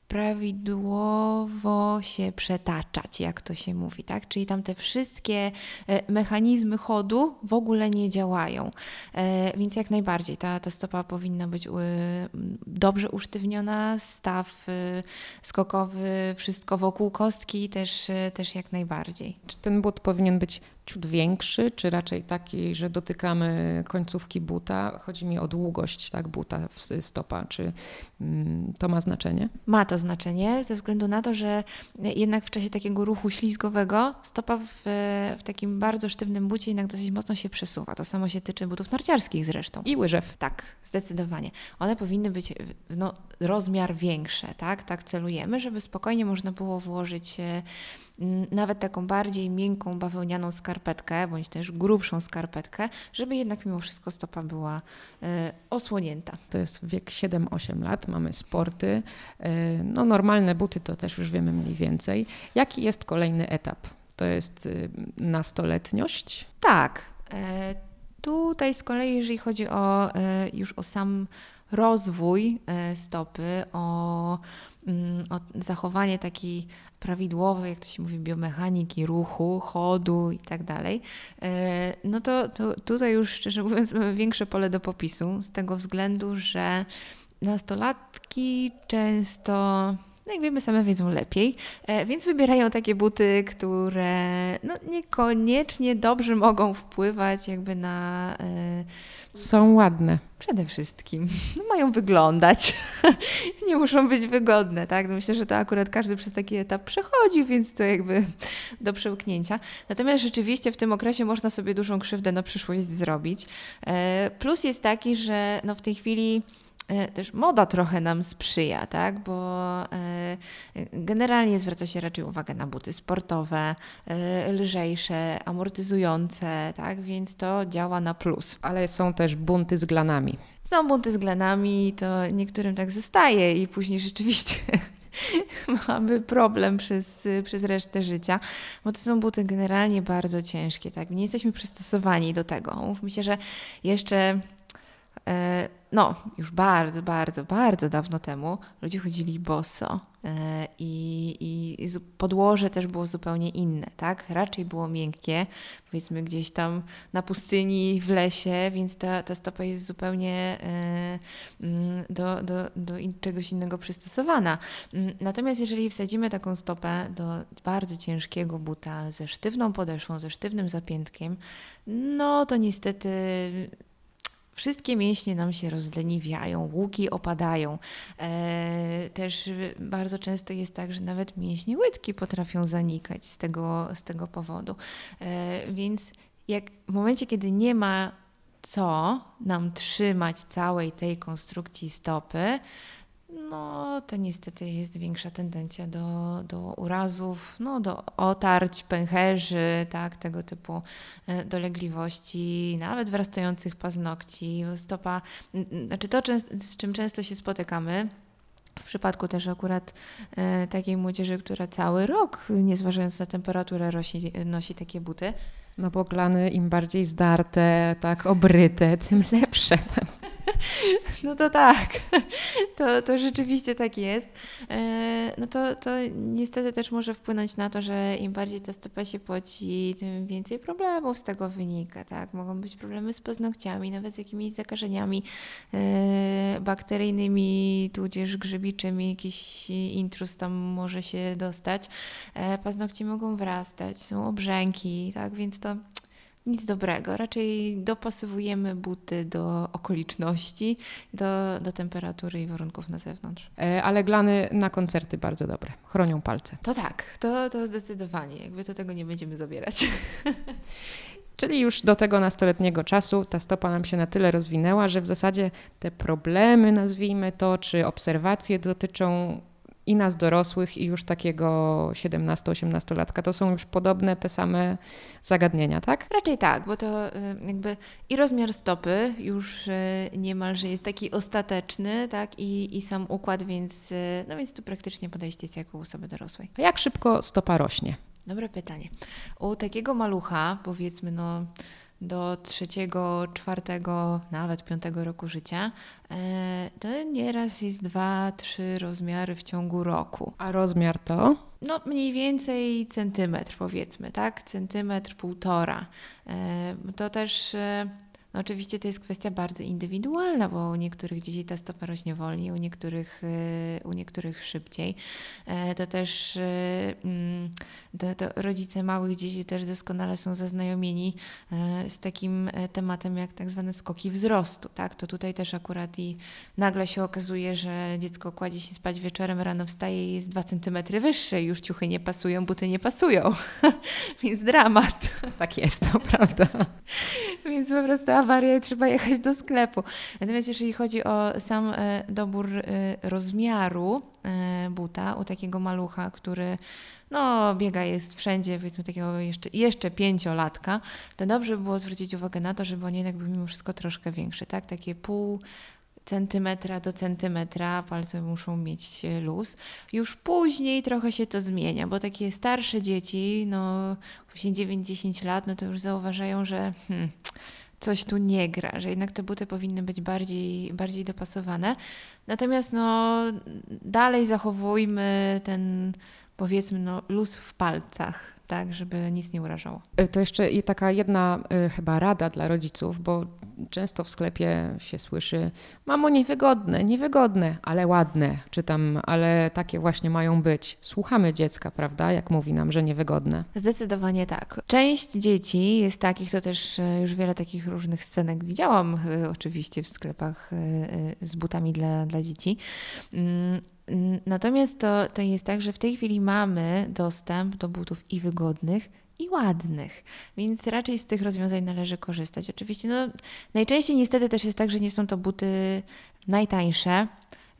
Speaker 3: prawidłowo się przetaczać, jak to się mówi, tak? Czyli tam te wszystkie mechanizmy chodu w ogóle nie działają. Więc jak najbardziej ta stopa powinna być dobrze usztywniona, staw skokowy, wszystko wokół kostki też jak najbardziej.
Speaker 2: Czy ten but powinien być ciut większy, czy raczej taki, że dotykamy końcówki buta? Chodzi mi o długość, tak, buta stopa. Czy to ma znaczenie?
Speaker 3: Ma to znaczenie ze względu na to, że jednak w czasie takiego ruchu ślizgowego stopa w takim bardzo sztywnym bucie jednak dosyć mocno się przesuwa. To samo się tyczy butów narciarskich zresztą.
Speaker 2: I łyżew.
Speaker 3: Tak, zdecydowanie. One powinny być rozmiar większe, tak? Tak celujemy, żeby spokojnie można było włożyć nawet taką bardziej miękką, bawełnianą skarpetkę, bądź też grubszą skarpetkę, żeby jednak mimo wszystko stopa była osłonięta.
Speaker 2: To jest wiek 7-8 lat, mamy sporty, normalne buty to też już wiemy mniej więcej. Jaki jest kolejny etap? To jest nastoletniość?
Speaker 3: Tak. Tutaj z kolei, jeżeli chodzi już o sam rozwój stopy, o zachowanie takiej prawidłowej, jak to się mówi, biomechaniki, ruchu, chodu i tak dalej, no to tutaj już szczerze mówiąc mamy większe pole do popisu z tego względu, że nastolatki często, jak wiemy, same wiedzą lepiej, więc wybierają takie buty, które niekoniecznie dobrze mogą wpływać jakby na...
Speaker 2: Są ładne.
Speaker 3: Przede wszystkim. Mają wyglądać. Nie muszą być wygodne, tak? Myślę, że to akurat każdy przez taki etap przechodzi, więc to jakby do przełknięcia. Natomiast rzeczywiście w tym okresie można sobie dużą krzywdę na przyszłość zrobić. Plus jest taki, że w tej chwili też moda trochę nam sprzyja, tak? Bo generalnie zwraca się raczej uwagę na buty sportowe, lżejsze, amortyzujące, tak? Więc to działa na plus.
Speaker 2: Ale są też bunty z glanami.
Speaker 3: Są bunty z glanami, to niektórym tak zostaje i później rzeczywiście mamy problem przez resztę życia, bo to są buty generalnie bardzo ciężkie, tak? Nie jesteśmy przystosowani do tego. Mówmy się, że jeszcze... już bardzo, bardzo, bardzo dawno temu ludzie chodzili boso i podłoże też było zupełnie inne, tak? Raczej było miękkie, powiedzmy gdzieś tam na pustyni, w lesie, więc ta stopa jest zupełnie do czegoś innego przystosowana. Natomiast jeżeli wsadzimy taką stopę do bardzo ciężkiego buta ze sztywną podeszwą, ze sztywnym zapiętkiem, to niestety... Wszystkie mięśnie nam się rozleniwiają, łuki opadają. Też bardzo często jest tak, że nawet mięśnie łydki potrafią zanikać z tego powodu. Więc w momencie, kiedy nie ma co nam trzymać całej tej konstrukcji stopy, to niestety jest większa tendencja do urazów, do otarć, pęcherzy, tak, tego typu dolegliwości, nawet wyrastających paznokci. Stopa, z czym często się spotykamy, w przypadku też akurat takiej młodzieży, która cały rok, nie zważając na temperaturę, nosi takie buty,
Speaker 2: No bo glany im bardziej zdarte, tak obryte, tym lepsze.
Speaker 3: No to tak, to rzeczywiście tak jest. No to niestety też może wpłynąć na to, że im bardziej ta stopa się poci, tym więcej problemów z tego wynika, tak? Mogą być problemy z paznokciami, nawet z jakimiś zakażeniami bakteryjnymi, tudzież grzybiczymi, jakiś intruz tam może się dostać. Paznokcie mogą wrastać, są obrzęki, tak? Więc to nic dobrego. Raczej dopasowujemy buty do okoliczności, do temperatury i warunków na zewnątrz.
Speaker 2: Ale glany na koncerty bardzo dobre. Chronią palce.
Speaker 3: To tak, to zdecydowanie. Jakby to tego nie będziemy zabierać.
Speaker 2: Czyli już do tego nastoletniego czasu ta stopa nam się na tyle rozwinęła, że w zasadzie te problemy, nazwijmy to, czy obserwacje dotyczą i nas dorosłych, i już takiego 17-18-latka. To są już podobne, te same zagadnienia, tak?
Speaker 3: Raczej tak, bo to jakby i rozmiar stopy już niemalże jest taki ostateczny, tak? I sam układ, więc to praktycznie podejście jest jak u osoby dorosłej.
Speaker 2: A jak szybko stopa rośnie?
Speaker 3: Dobre pytanie. U takiego malucha, powiedzmy do 3., 4., nawet 5. roku życia, to nieraz jest 2-3 rozmiary w ciągu roku.
Speaker 2: A rozmiar to?
Speaker 3: No mniej więcej centymetr, powiedzmy, tak? Centymetr, 1,5. To też... No oczywiście to jest kwestia bardzo indywidualna, bo u niektórych dzieci ta stopa rośnie wolniej, u niektórych szybciej. To też to rodzice małych dzieci też doskonale są zaznajomieni z takim tematem jak tak zwane skoki wzrostu. Tak? To tutaj też akurat i nagle się okazuje, że dziecko kładzie się spać wieczorem, rano wstaje i jest 2 centymetry wyższe, już ciuchy nie pasują, buty nie pasują. Więc dramat.
Speaker 2: Tak jest, to prawda.
Speaker 3: Więc po prostu awaria, trzeba jechać do sklepu. Natomiast jeżeli chodzi o sam dobór rozmiaru buta u takiego malucha, który biega jest wszędzie, powiedzmy takiego jeszcze 5-latka, to dobrze by było zwrócić uwagę na to, żeby on jednak był mimo wszystko troszkę większy, tak? Takie 0,5 centymetra do centymetra, palce muszą mieć luz. Już później trochę się to zmienia, bo takie starsze dzieci, właśnie 9-10 lat, to już zauważają, że coś tu nie gra, że jednak te buty powinny być bardziej dopasowane. Natomiast dalej zachowujmy ten, powiedzmy, luz w palcach, tak, żeby nic nie urażało.
Speaker 2: To jeszcze i taka jedna chyba rada dla rodziców, bo często w sklepie się słyszy: mamo, niewygodne, ale ładne, czy tam, ale takie właśnie mają być. Słuchamy dziecka, prawda, jak mówi nam, że niewygodne.
Speaker 3: Zdecydowanie tak. Część dzieci jest takich, to też już wiele takich różnych scenek widziałam oczywiście w sklepach z butami dla dzieci. Natomiast to jest tak, że w tej chwili mamy dostęp do butów i wygodnych, i ładnych, więc raczej z tych rozwiązań należy korzystać. Oczywiście najczęściej niestety też jest tak, że nie są to buty najtańsze.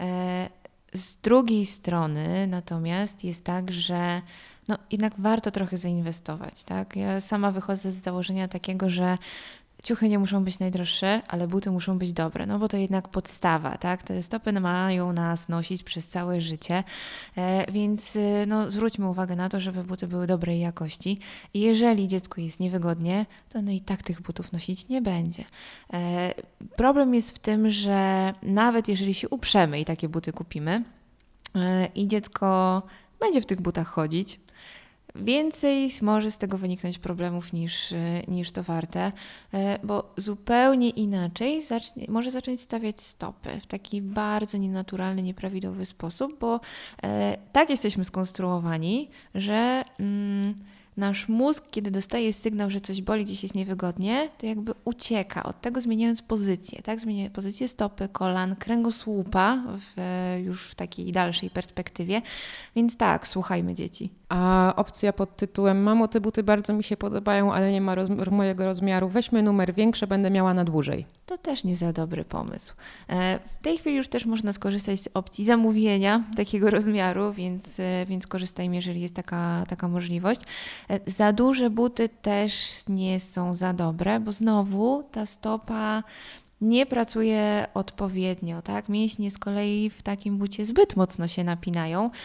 Speaker 3: Z drugiej strony natomiast jest tak, że jednak warto trochę zainwestować. Tak? Ja sama wychodzę z założenia takiego, że ciuchy nie muszą być najdroższe, ale buty muszą być dobre, bo to jednak podstawa, tak? Te stopy mają nas nosić przez całe życie, więc zwróćmy uwagę na to, żeby buty były dobrej jakości i jeżeli dziecku jest niewygodnie, to i tak tych butów nosić nie będzie. Problem jest w tym, że nawet jeżeli się uprzemy i takie buty kupimy i dziecko będzie w tych butach chodzić, więcej może z tego wyniknąć problemów niż to warte, bo zupełnie inaczej może zacząć stawiać stopy w taki bardzo nienaturalny, nieprawidłowy sposób, bo tak jesteśmy skonstruowani, że nasz mózg, kiedy dostaje sygnał, że coś boli, gdzieś jest niewygodnie, to jakby ucieka od tego, zmieniając pozycję, tak? Zmienia pozycję stopy, kolan, kręgosłupa już w takiej dalszej perspektywie. Więc tak, słuchajmy dzieci.
Speaker 2: A opcja pod tytułem: mamo, te buty bardzo mi się podobają, ale nie ma mojego rozmiaru, weźmy numer większy, będę miała na dłużej.
Speaker 3: To też nie za dobry pomysł. W tej chwili już też można skorzystać z opcji zamówienia takiego rozmiaru, więc korzystajmy, jeżeli jest taka możliwość. Za duże buty też nie są za dobre, bo znowu ta stopa nie pracuje odpowiednio, tak? Mięśnie z kolei w takim bucie zbyt mocno się napinają.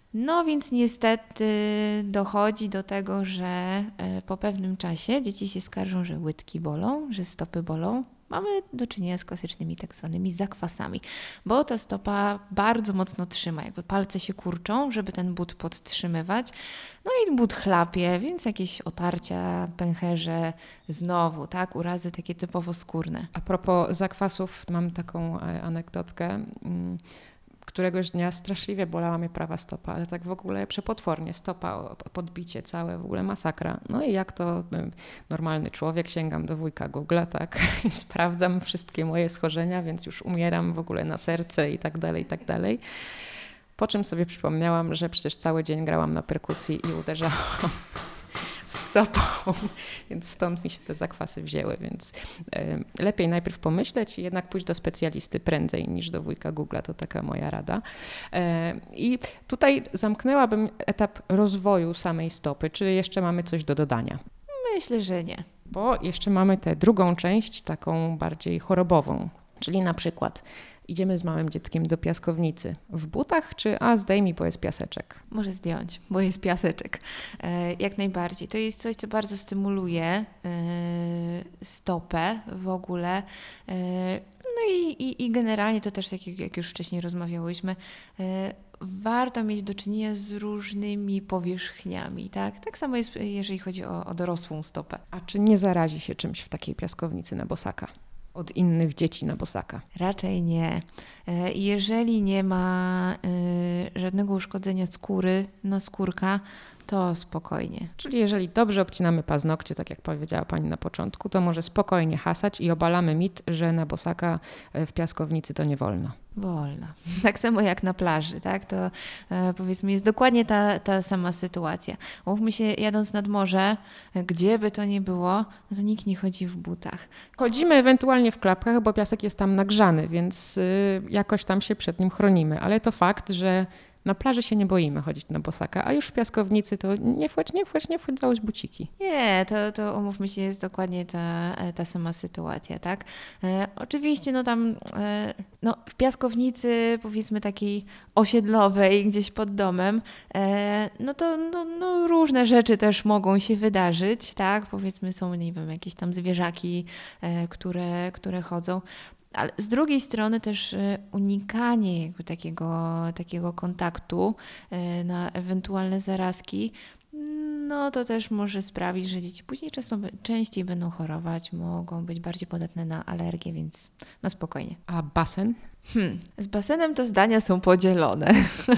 Speaker 3: No więc niestety dochodzi do tego, że po pewnym czasie dzieci się skarżą, że łydki bolą, że stopy bolą. Mamy do czynienia z klasycznymi tak zwanymi zakwasami, bo ta stopa bardzo mocno trzyma, jakby palce się kurczą, żeby ten but podtrzymywać. No i but chlapie, więc jakieś otarcia, pęcherze, znowu, tak, urazy takie typowo skórne.
Speaker 2: A propos zakwasów, mam taką anegdotkę. Któregoś dnia straszliwie bolała mnie prawa stopa, ale tak w ogóle przepotwornie, stopa, podbicie całe, w ogóle masakra. No i jak to normalny człowiek, sięgam do wujka Google'a, tak, i sprawdzam wszystkie moje schorzenia, więc już umieram w ogóle na serce i tak dalej, i tak dalej. Po czym sobie przypomniałam, że przecież cały dzień grałam na perkusji i uderzałam stopą, więc stąd mi się te zakwasy wzięły, więc lepiej najpierw pomyśleć i jednak pójść do specjalisty prędzej niż do wujka Google'a, to taka moja rada. I tutaj zamknęłabym etap rozwoju samej stopy, czy jeszcze mamy coś do dodania?
Speaker 3: Myślę, że nie.
Speaker 2: Bo jeszcze mamy tę drugą część, taką bardziej chorobową, czyli na przykład idziemy z małym dzieckiem do piaskownicy w butach, czy zdejmij, bo jest piaseczek?
Speaker 3: Może zdjąć, bo jest piaseczek. Jak najbardziej. To jest coś, co bardzo stymuluje stopę w ogóle. No i generalnie to też, jak już wcześniej rozmawiałyśmy, warto mieć do czynienia z różnymi powierzchniami, tak? Tak samo jest, jeżeli chodzi o dorosłą stopę.
Speaker 2: A czy nie zarazi się czymś w takiej piaskownicy na bosaka? Od innych dzieci na bosaka?
Speaker 3: Raczej nie. Jeżeli nie ma żadnego uszkodzenia skóry, naskórka, to spokojnie.
Speaker 2: Czyli jeżeli dobrze obcinamy paznokcie, tak jak powiedziała Pani na początku, to może spokojnie hasać i obalamy mit, że na bosaka w piaskownicy to nie wolno.
Speaker 3: Wolno. Tak samo jak na plaży, tak? To powiedzmy jest dokładnie ta sama sytuacja. Mówmy się, jadąc nad morze, gdzie by to nie było, no to nikt nie chodzi w butach.
Speaker 2: Chodzimy ewentualnie w klapkach, bo piasek jest tam nagrzany, więc jakoś tam się przed nim chronimy. Ale to fakt, że na plaży się nie boimy chodzić na bosaka, a już w piaskownicy to nie wchodź, załóż buciki.
Speaker 3: Nie, to umówmy się, jest dokładnie ta sama sytuacja, tak? Oczywiście, no tam w piaskownicy, powiedzmy takiej osiedlowej, gdzieś pod domem, no to różne rzeczy też mogą się wydarzyć, tak? Powiedzmy są, nie wiem, jakieś tam zwierzaki, które chodzą. Ale z drugiej strony też unikanie jakby takiego kontaktu na ewentualne zarazki, no to też może sprawić, że dzieci później częściej będą chorować, mogą być bardziej podatne na alergie, więc na spokojnie.
Speaker 2: A basen?
Speaker 3: Z basenem to zdania są podzielone.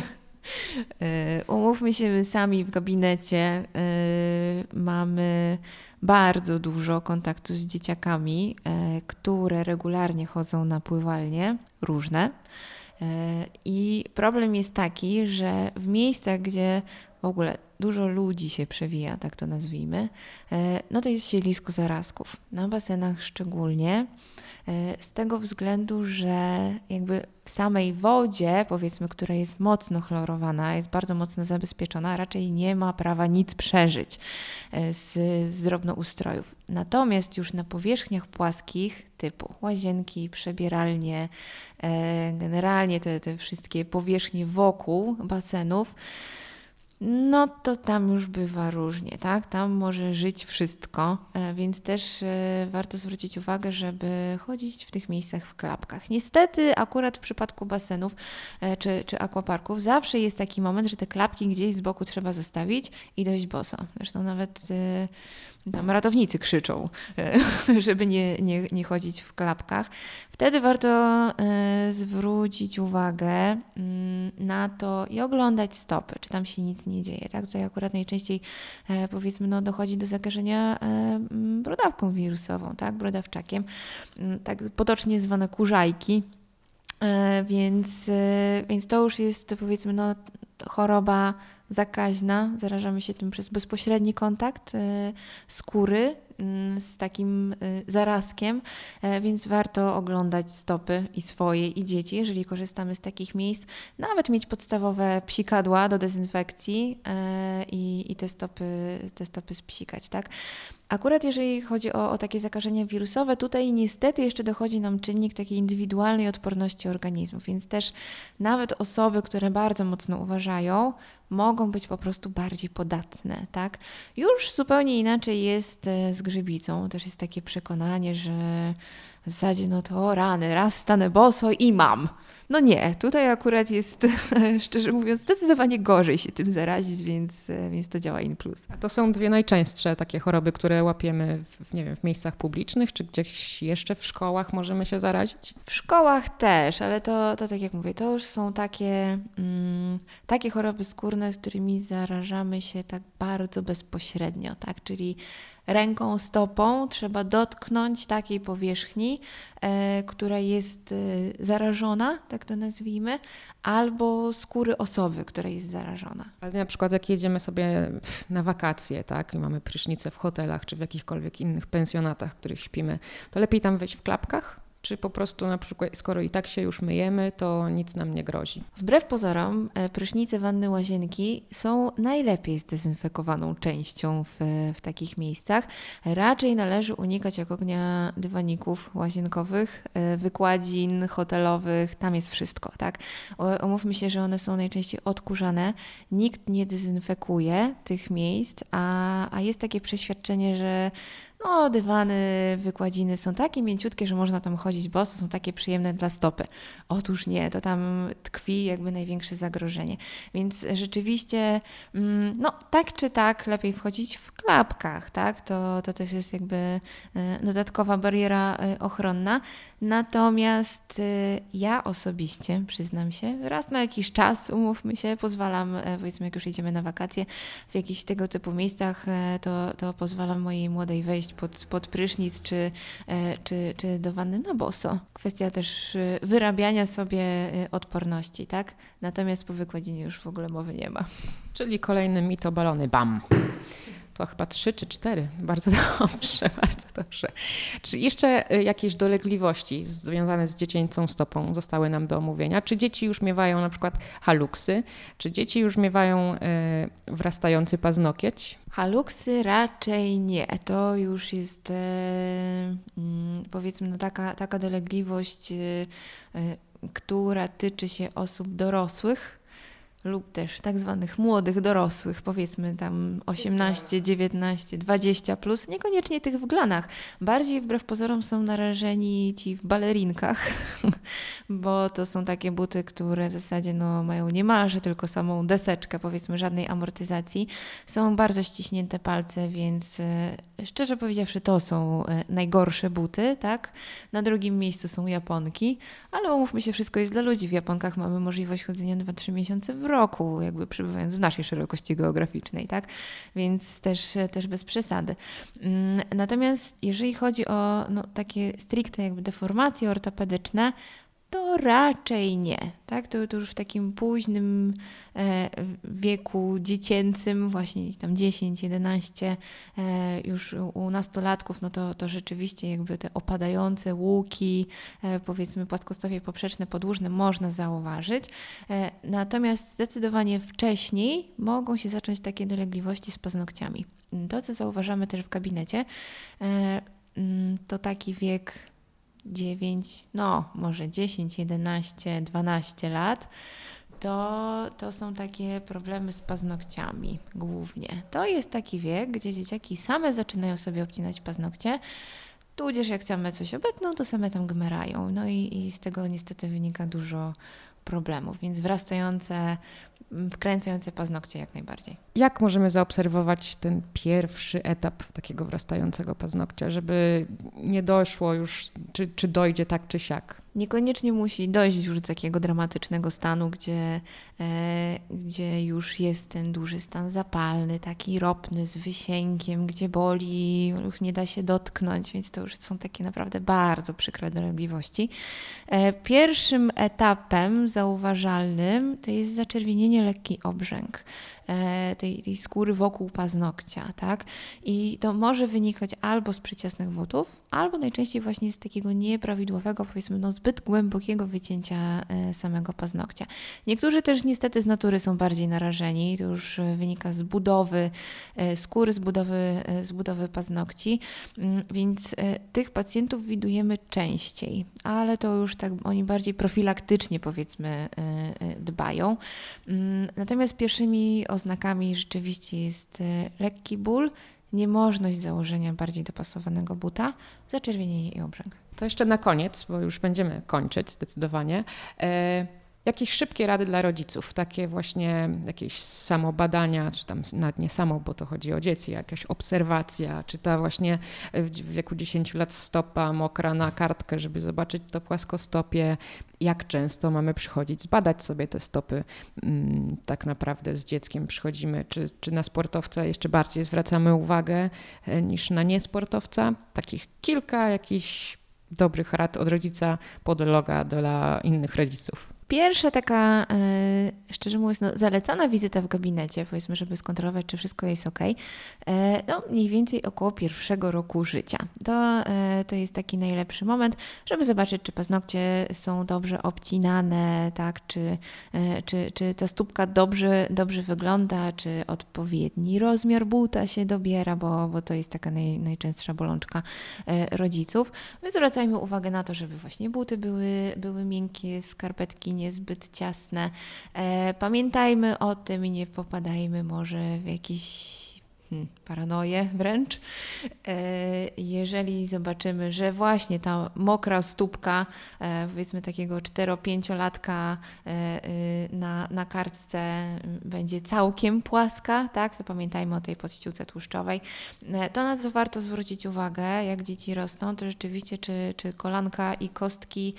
Speaker 3: Umówmy się, my sami w gabinecie mamy bardzo dużo kontaktu z dzieciakami, które regularnie chodzą na pływalnie, różne. I problem jest taki, że w miejscach, gdzie w ogóle dużo ludzi się przewija, tak to nazwijmy, no to jest siedlisko zarazków. Na basenach szczególnie. Z tego względu, że jakby w samej wodzie, powiedzmy, która jest mocno chlorowana, jest bardzo mocno zabezpieczona, raczej nie ma prawa nic przeżyć z drobnoustrojów. Natomiast już na powierzchniach płaskich, typu łazienki, przebieralnie, generalnie te wszystkie powierzchnie wokół basenów, no to tam już bywa różnie, tak? Tam może żyć wszystko, więc też warto zwrócić uwagę, żeby chodzić w tych miejscach w klapkach. Niestety akurat w przypadku basenów czy aquaparków zawsze jest taki moment, że te klapki gdzieś z boku trzeba zostawić i dojść boso. Zresztą nawet tam ratownicy krzyczą, żeby nie chodzić w klapkach. Wtedy warto zwrócić uwagę na to i oglądać stopy, czy tam się nic nie dzieje. Tak? Tutaj akurat najczęściej powiedzmy dochodzi do zakażenia brodawką wirusową, tak? Brodawczakiem, tak potocznie zwane kurzajki. Więc to już jest powiedzmy choroba zakaźna, zarażamy się tym przez bezpośredni kontakt skóry z takim zarazkiem, więc warto oglądać stopy i swoje, i dzieci, jeżeli korzystamy z takich miejsc, nawet mieć podstawowe psikadła do dezynfekcji i te stopy spsikać, tak? Akurat jeżeli chodzi o takie zakażenia wirusowe, tutaj niestety jeszcze dochodzi nam czynnik takiej indywidualnej odporności organizmu, więc też nawet osoby, które bardzo mocno uważają, mogą być po prostu bardziej podatne, tak? Już zupełnie inaczej jest z grzybicą. Też jest takie przekonanie, że w zasadzie no to rany, raz stanę boso i mam. No nie, tutaj akurat jest, szczerze mówiąc, zdecydowanie gorzej się tym zarazić, więc to działa in plus.
Speaker 2: A to są dwie najczęstsze takie choroby, które łapiemy nie wiem, w miejscach publicznych, czy gdzieś jeszcze w szkołach możemy się zarazić?
Speaker 3: W szkołach też, ale to tak jak mówię, to już są takie choroby skórne, z którymi zarażamy się tak bardzo bezpośrednio, tak? Czyli ręką, stopą trzeba dotknąć takiej powierzchni, która jest zarażona, tak to nazwijmy, albo skóry osoby, która jest zarażona.
Speaker 2: Ale na przykład jak jedziemy sobie na wakacje, tak, i mamy prysznice w hotelach, czy w jakichkolwiek innych pensjonatach, w których śpimy, to lepiej tam wejść w klapkach? Czy po prostu na przykład, skoro i tak się już myjemy, to nic nam nie grozi?
Speaker 3: Wbrew pozorom, prysznice, wanny, łazienki są najlepiej zdezynfekowaną częścią w takich miejscach. Raczej należy unikać jak ognia dywaników łazienkowych, wykładzin hotelowych, tam jest wszystko, tak? Umówmy się, że one są najczęściej odkurzane, nikt nie dezynfekuje tych miejsc, a jest takie przeświadczenie, że no, dywany, wykładziny są takie mięciutkie, że można tam chodzić boso, są takie przyjemne dla stopy. Otóż nie, to tam tkwi jakby największe zagrożenie. Więc rzeczywiście, no tak czy tak, lepiej wchodzić w klapkach, tak? To też jest jakby dodatkowa bariera ochronna. Natomiast ja osobiście, przyznam się, raz na jakiś czas, umówmy się, pozwalam, powiedzmy jak już idziemy na wakacje, w jakichś tego typu miejscach, to pozwalam mojej młodej wejść pod prysznic czy do wanny na boso. Kwestia też wyrabiania sobie odporności, tak? Natomiast po wykładzinie już w ogóle mowy nie ma.
Speaker 2: Czyli kolejny mit obalony, bam. To chyba 3 czy 4. Bardzo dobrze, bardzo dobrze. Czy jeszcze jakieś dolegliwości związane z dziecięcą stopą zostały nam do omówienia? Czy dzieci już miewają na przykład haluksy? Czy dzieci już miewają wrastający paznokieć?
Speaker 3: Haluksy raczej nie. To już jest powiedzmy no taka dolegliwość, która tyczy się osób dorosłych lub też tak zwanych młodych dorosłych, powiedzmy tam 18, 19, 20 plus, niekoniecznie tych w glanach. Bardziej wbrew pozorom są narażeni ci w balerinkach, bo to są takie buty, które w zasadzie no, mają niemalże tylko samą deseczkę, powiedzmy żadnej amortyzacji. Są bardzo ściśnięte palce, więc szczerze powiedziawszy to są najgorsze buty, tak? Na drugim miejscu są japonki, ale umówmy się, wszystko jest dla ludzi. W japonkach mamy możliwość chodzenia 2-3 miesiące w roku, jakby przebywając w naszej szerokości geograficznej, tak? Więc też bez przesady. Natomiast jeżeli chodzi o no, takie stricte jakby deformacje ortopedyczne, to raczej nie, tak? To już w takim późnym wieku dziecięcym, właśnie tam 10, 11, już u nastolatków, no to rzeczywiście jakby te opadające łuki, powiedzmy płaskostowie poprzeczne, podłużne można zauważyć. Natomiast zdecydowanie wcześniej mogą się zacząć takie dolegliwości z paznokciami. To, co zauważamy też w gabinecie, to taki wiek 9, no może 10, 11, 12 lat, to są takie problemy z paznokciami głównie. To jest taki wiek, gdzie dzieciaki same zaczynają sobie obcinać paznokcie, tudzież jak same coś obetną, to same tam gmerają. No i z tego niestety wynika dużo problemów, więc wkręcające paznokcie jak najbardziej.
Speaker 2: Jak możemy zaobserwować ten pierwszy etap takiego wrastającego paznokcia, żeby nie doszło już, czy dojdzie tak czy siak?
Speaker 3: Niekoniecznie musi dojść już do takiego dramatycznego stanu, gdzie już jest ten duży stan zapalny, taki ropny z wysięgiem, gdzie boli, już nie da się dotknąć, więc to już są takie naprawdę bardzo przykre dolegliwości. Pierwszym etapem zauważalnym to jest zaczerwienienie, lekki obrzęk tej skóry wokół paznokcia, tak? I to może wynikać albo z przyciasnych włótów, albo najczęściej właśnie z takiego nieprawidłowego, powiedzmy, zbyt głębokiego wycięcia samego paznokcia. Niektórzy też niestety z natury są bardziej narażeni, to już wynika z budowy skóry, z budowy paznokci, więc tych pacjentów widujemy częściej, ale to już tak oni bardziej profilaktycznie powiedzmy dbają. Natomiast pierwszymi oznakami rzeczywiście jest lekki ból, niemożność założenia bardziej dopasowanego buta, zaczerwienienie i obrzęk.
Speaker 2: To jeszcze na koniec, bo już będziemy kończyć zdecydowanie. Jakieś szybkie rady dla rodziców, takie właśnie jakieś samobadania, czy tam nawet nie samo, bo to chodzi o dzieci, jakaś obserwacja, czy ta właśnie w wieku 10 lat stopa mokra na kartkę, żeby zobaczyć to płaskostopie, jak często mamy przychodzić, zbadać sobie te stopy tak naprawdę z dzieckiem przychodzimy, czy na sportowca jeszcze bardziej zwracamy uwagę niż na niesportowca. Takich kilka jakichś dobrych rad od rodzica podloga dla innych rodziców.
Speaker 3: Pierwsza taka, szczerze mówiąc, zalecana wizyta w gabinecie, powiedzmy, żeby skontrolować, czy wszystko jest ok, mniej więcej około 1 roku życia. To jest taki najlepszy moment, żeby zobaczyć, czy paznokcie są dobrze obcinane, tak, czy ta stópka dobrze wygląda, czy odpowiedni rozmiar buta się dobiera, bo to jest taka najczęstsza bolączka rodziców. My zwracajmy uwagę na to, żeby właśnie buty były miękkie, skarpetki niezbyt ciasne. Pamiętajmy o tym i nie popadajmy może w jakieś paranoję wręcz. Jeżeli zobaczymy, że właśnie ta mokra stópka, powiedzmy takiego 4-5-latka na kartce będzie całkiem płaska, tak, to pamiętajmy o tej podściółce tłuszczowej. To, na co warto zwrócić uwagę, jak dzieci rosną, to rzeczywiście czy kolanka i kostki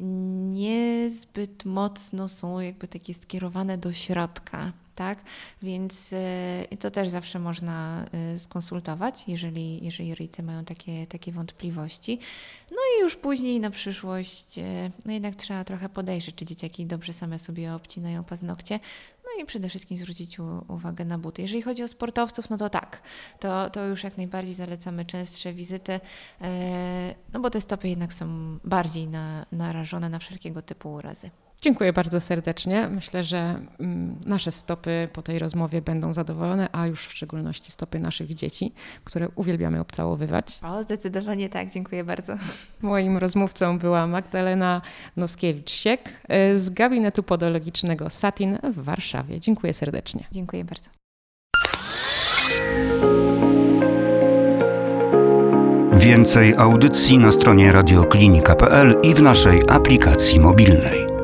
Speaker 3: niezbyt mocno są jakby takie skierowane do środka. Tak, więc to też zawsze można skonsultować, jeżeli rodzice mają takie wątpliwości. No i już później na przyszłość, jednak trzeba trochę podejrzeć, czy dzieciaki dobrze same sobie obcinają paznokcie. No i przede wszystkim zwrócić uwagę na buty. Jeżeli chodzi o sportowców, no to tak, to już jak najbardziej zalecamy częstsze wizyty, no bo te stopy jednak są bardziej narażone na wszelkiego typu urazy.
Speaker 2: Dziękuję bardzo serdecznie. Myślę, że nasze stopy po tej rozmowie będą zadowolone, a już w szczególności stopy naszych dzieci, które uwielbiamy obcałowywać.
Speaker 3: O, zdecydowanie tak. Dziękuję bardzo.
Speaker 2: Moim rozmówcą była Magdalena Noskiewicz-Siek z gabinetu podologicznego Satin w Warszawie. Dziękuję serdecznie.
Speaker 3: Dziękuję bardzo.
Speaker 1: Więcej audycji na stronie radioklinika.pl i w naszej aplikacji mobilnej.